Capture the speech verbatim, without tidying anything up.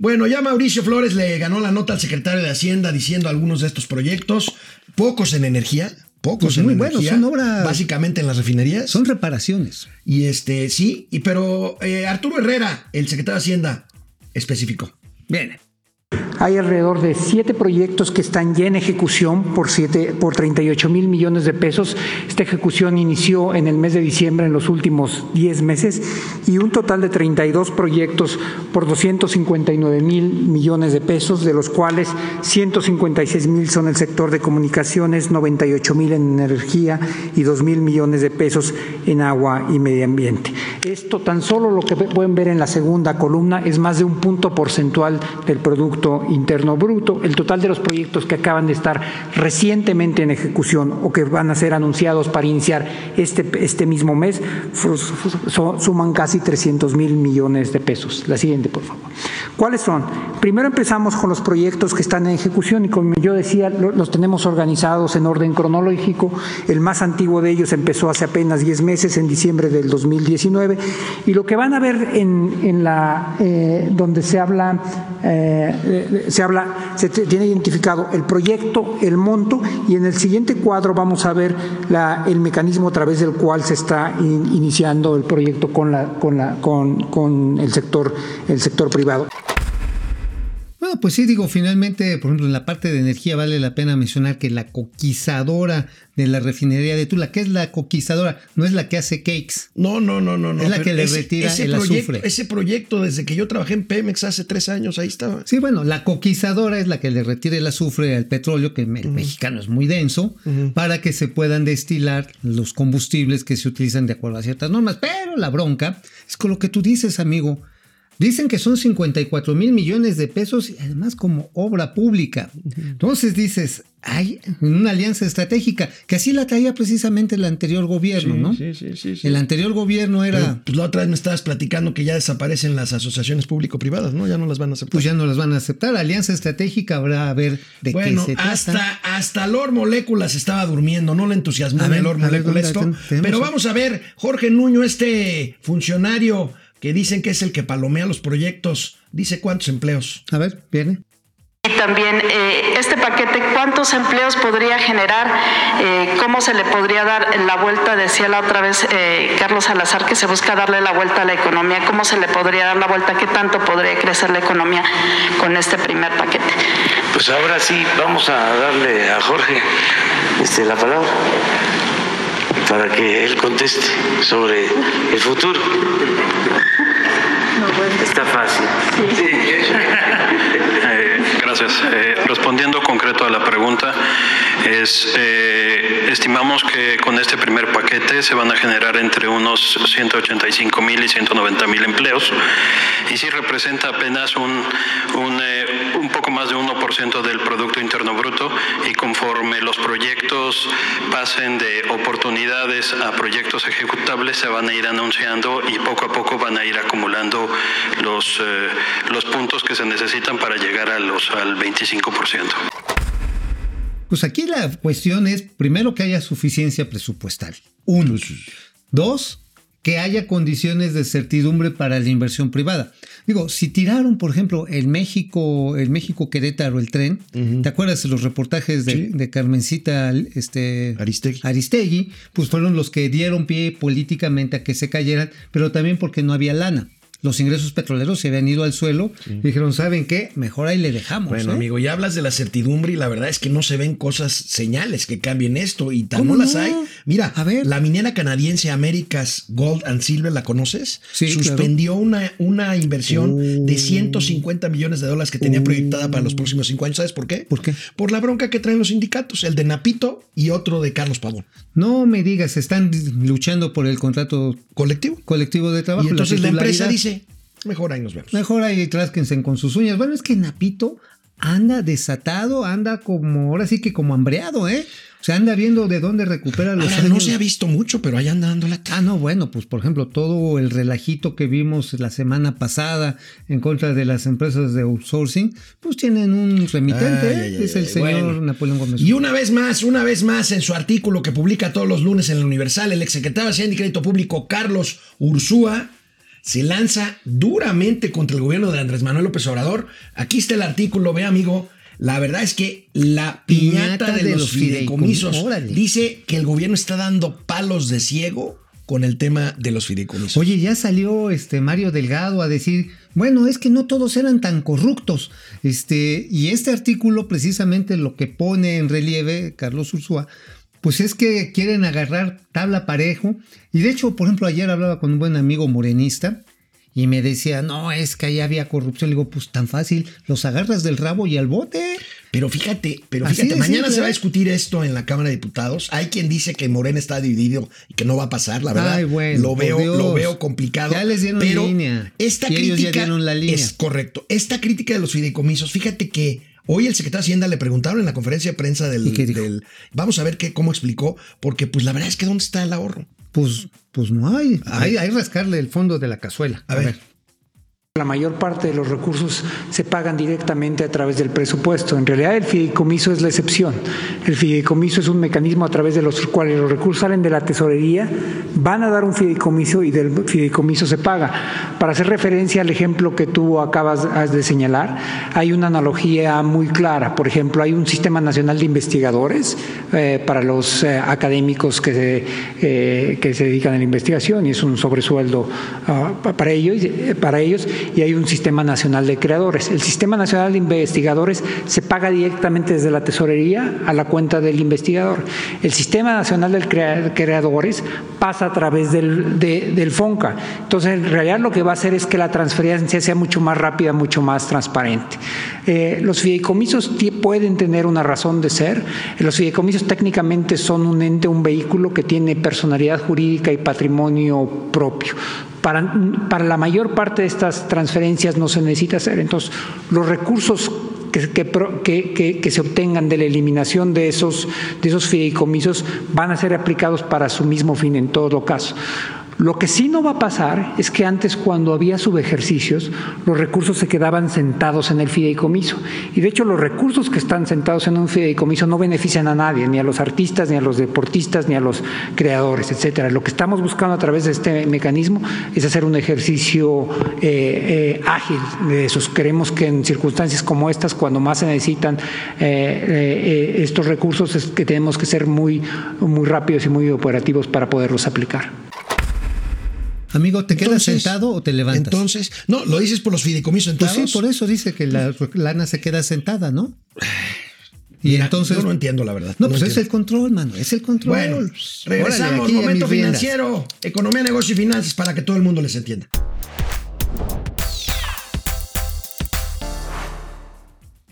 Bueno, ya Mauricio Flores le ganó la nota al secretario de Hacienda diciendo algunos de estos proyectos, pocos en energía, pocos pues en muy energía, buenos, son obras, básicamente en las refinerías. Son reparaciones. Y este, sí, y pero eh, Arturo Herrera, el secretario de Hacienda, especificó. Bien. Hay alrededor de siete proyectos que están ya en ejecución por, siete, por treinta y ocho mil millones de pesos. Esta ejecución inició en el mes de diciembre, en los últimos diez meses, y un total de treinta y dos proyectos por doscientos cincuenta y nueve mil millones de pesos, de los cuales ciento cincuenta y seis mil son el sector de comunicaciones, noventa y ocho mil en energía y dos mil millones de pesos en agua y medio ambiente. Esto, tan solo lo que pueden ver en la segunda columna, es más de un punto porcentual del Producto Interno Bruto. El total de los proyectos que acaban de estar recientemente en ejecución o que van a ser anunciados para iniciar este, este mismo mes suman casi trescientos mil millones de pesos. La siguiente, por favor. ¿Cuáles son? Primero empezamos con los proyectos que están en ejecución y, como yo decía, los tenemos organizados en orden cronológico. El más antiguo de ellos empezó hace apenas diez meses, en diciembre del dos mil diecinueve, y lo que van a ver en, en la eh, donde se habla eh, se habla se tiene identificado el proyecto, el monto, y en el siguiente cuadro vamos a ver la, el mecanismo a través del cual se está in, iniciando el proyecto con la con la con, con el sector el sector privado. Bueno, pues sí, digo, finalmente, por ejemplo, en la parte de energía vale la pena mencionar que la coquizadora de la refinería de Tula, ¿qué es la coquizadora? No es la que hace cakes. No, no, no, no. Es la que le ese, retira ese el proyecto, azufre. Ese proyecto, desde que yo trabajé en Pemex hace tres años, ahí estaba. Sí, bueno, la coquizadora es la que le retira el azufre al petróleo, que el uh-huh. mexicano es muy denso, uh-huh. para que se puedan destilar los combustibles que se utilizan de acuerdo a ciertas normas. Pero la bronca es con lo que tú dices, amigo. Dicen que son cincuenta y cuatro mil millones de pesos y además como obra pública. Entonces dices, hay una alianza estratégica, que así la traía precisamente el anterior gobierno, sí, ¿no? Sí, sí, sí, sí. El anterior gobierno era... Pero, pues la otra vez me estabas platicando que ya desaparecen las asociaciones público-privadas, ¿no? Ya no las van a aceptar. Pues ya no las van a aceptar. Alianza estratégica habrá a ver de bueno, qué se trata. hasta, hasta Lord Moléculas estaba durmiendo, no le entusiasmó a Lord Moléculas esto. Pero vamos a ver, Jorge Nuño, este funcionario que dicen que es el que palomea los proyectos, dice cuántos empleos. A ver, viene. Y también eh, este paquete, ¿cuántos empleos podría generar? Eh, ¿Cómo se le podría dar la vuelta? Decía la otra vez eh, Carlos Salazar que se busca darle la vuelta a la economía. ¿Cómo se le podría dar la vuelta? ¿Qué tanto podría crecer la economía con este primer paquete? Pues ahora sí, vamos a darle a Jorge este, la palabra para que él conteste sobre el futuro. No, pues, está fácil. Sí. Sí. Eh, gracias. Eh, respondiendo concreto a la pregunta, es eh, estimamos que con este primer paquete se van a generar entre unos ciento ochenta y cinco mil y ciento noventa mil empleos, y sí representa apenas un, un, eh, un poco más de uno por ciento del Producto Interno Bruto, y conforme los proyectos pasen de oportunidades a proyectos ejecutables se van a ir anunciando y poco a poco van a ir acumulando los, eh, los puntos que se necesitan para llegar a los, al veinticinco por ciento. Pues aquí la cuestión es, primero, que haya suficiencia presupuestal. Uno. Dos, que haya condiciones de certidumbre para la inversión privada. Digo, si tiraron, por ejemplo, el México, el México Querétaro, el tren, uh-huh. ¿te acuerdas de los reportajes de, sí. de Carmencita este, Aristegui. Aristegui? Pues fueron los que dieron pie políticamente a que se cayeran, pero también porque no había lana. Los ingresos petroleros se habían ido al suelo sí. y dijeron, ¿saben qué? Mejor ahí le dejamos. Bueno, ¿eh? Amigo, ya hablas de la certidumbre y la verdad es que no se ven cosas, señales que cambien esto y tan no las no? hay. Mira, a ver, la minera canadiense Americas Gold and Silver, ¿la conoces? Sí, suspendió claro. una, una inversión uh. de ciento cincuenta millones de dólares que tenía uh. proyectada para los próximos cinco años. ¿Sabes por qué? ¿Por qué? Por la bronca que traen los sindicatos, el de Napito y otro de Carlos Pavón. No me digas, están luchando por el contrato colectivo, colectivo de trabajo. Y entonces la, la empresa dice, mejor ahí nos vemos. Mejor ahí trásquense con sus uñas. Bueno, es que Napito anda desatado, anda como, ahora sí que como hambreado, ¿eh? O sea, anda viendo de dónde recupera los ahora, años. No se ha visto mucho, pero ahí anda dando la... Ah, no, bueno, pues por ejemplo, todo el relajito que vimos la semana pasada en contra de las empresas de outsourcing, pues tienen un remitente, ay, ay, ay, es el señor bueno. Napoleón Gómez. Y una vez más, una vez más, en su artículo que publica todos los lunes en el Universal, el exsecretario de Hacienda y Crédito Público, Carlos Ursúa, se lanza duramente contra el gobierno de Andrés Manuel López Obrador. Aquí está el artículo, ve amigo. La verdad es que la piñata, piñata de, de los, los fideicomisos, fideicomisos dice que el gobierno está dando palos de ciego con el tema de los fideicomisos. Oye, ya salió este Mario Delgado a decir, bueno, es que no todos eran tan corruptos. Este, y este artículo precisamente lo que pone en relieve Carlos Ursúa, pues es que quieren agarrar tabla parejo. Y de hecho, por ejemplo, ayer hablaba con un buen amigo morenista y me decía, no, es que ahí había corrupción. Le digo, pues tan fácil, los agarras del rabo y al bote. Pero fíjate, pero fíjate, mañana se va a discutir esto en la Cámara de Diputados. Hay quien dice que Morena está dividido y que no va a pasar, la verdad. Ay, bueno, lo veo, lo veo complicado. Ya les dieron pero línea. Esta y crítica ellos ya dieron la línea. Es correcto. Esta crítica de los fideicomisos, fíjate que hoy el secretario de Hacienda le preguntaron en la conferencia de prensa del, del vamos a ver qué, cómo explicó, porque pues la verdad es que ¿dónde está el ahorro? Pues, pues no hay. Hay, hay rascarle el fondo de la cazuela. A, a ver. ver. La mayor parte de los recursos se pagan directamente a través del presupuesto. En realidad el fideicomiso es la excepción. El fideicomiso es un mecanismo a través de los cuales los recursos salen de la tesorería, van a dar un fideicomiso y del fideicomiso se paga. Para hacer referencia al ejemplo que tú acabas de señalar, hay una analogía muy clara. Por ejemplo, hay un sistema nacional de investigadores eh, para los eh, académicos que se, eh, que se dedican a la investigación y es un sobresueldo uh, para ellos, para ellos. Y hay un sistema nacional de creadores. El sistema nacional de investigadores se paga directamente desde la tesorería a la cuenta del investigador. El sistema nacional de creadores pasa a través del, de, del FONCA. Entonces, en realidad lo que va a hacer es que la transferencia sea mucho más rápida, mucho más transparente. Eh, los fideicomisos pueden tener una razón de ser. Los fideicomisos técnicamente son un ente, un vehículo que tiene personalidad jurídica y patrimonio propio. Para, para la mayor parte de estas transferencias no se necesita hacer. Entonces, los recursos que, que, que, que se obtengan de la eliminación de esos, de esos fideicomisos van a ser aplicados para su mismo fin en todo caso. Lo que sí no va a pasar es que antes, cuando había subejercicios, los recursos se quedaban sentados en el fideicomiso. Y de hecho, los recursos que están sentados en un fideicomiso no benefician a nadie, ni a los artistas, ni a los deportistas, ni a los creadores, etcétera. Lo que estamos buscando a través de este mecanismo es hacer un ejercicio eh, eh, ágil de esos. Queremos que en circunstancias como estas, cuando más se necesitan eh, eh, estos recursos, es que tenemos que ser muy, muy rápidos y muy operativos para poderlos aplicar. Amigo, ¿te quedas entonces, sentado o te levantas? Entonces, no, lo dices por los fideicomisos sentados. Pues sí, por eso dice que la lana se queda sentada, ¿no? Y Mira, entonces, yo no entiendo la verdad. No, no pues entiendo. es el control, mano, es el control. Bueno, regresamos, Órale, momento financiero, economía, negocio y finanzas para que todo el mundo les entienda.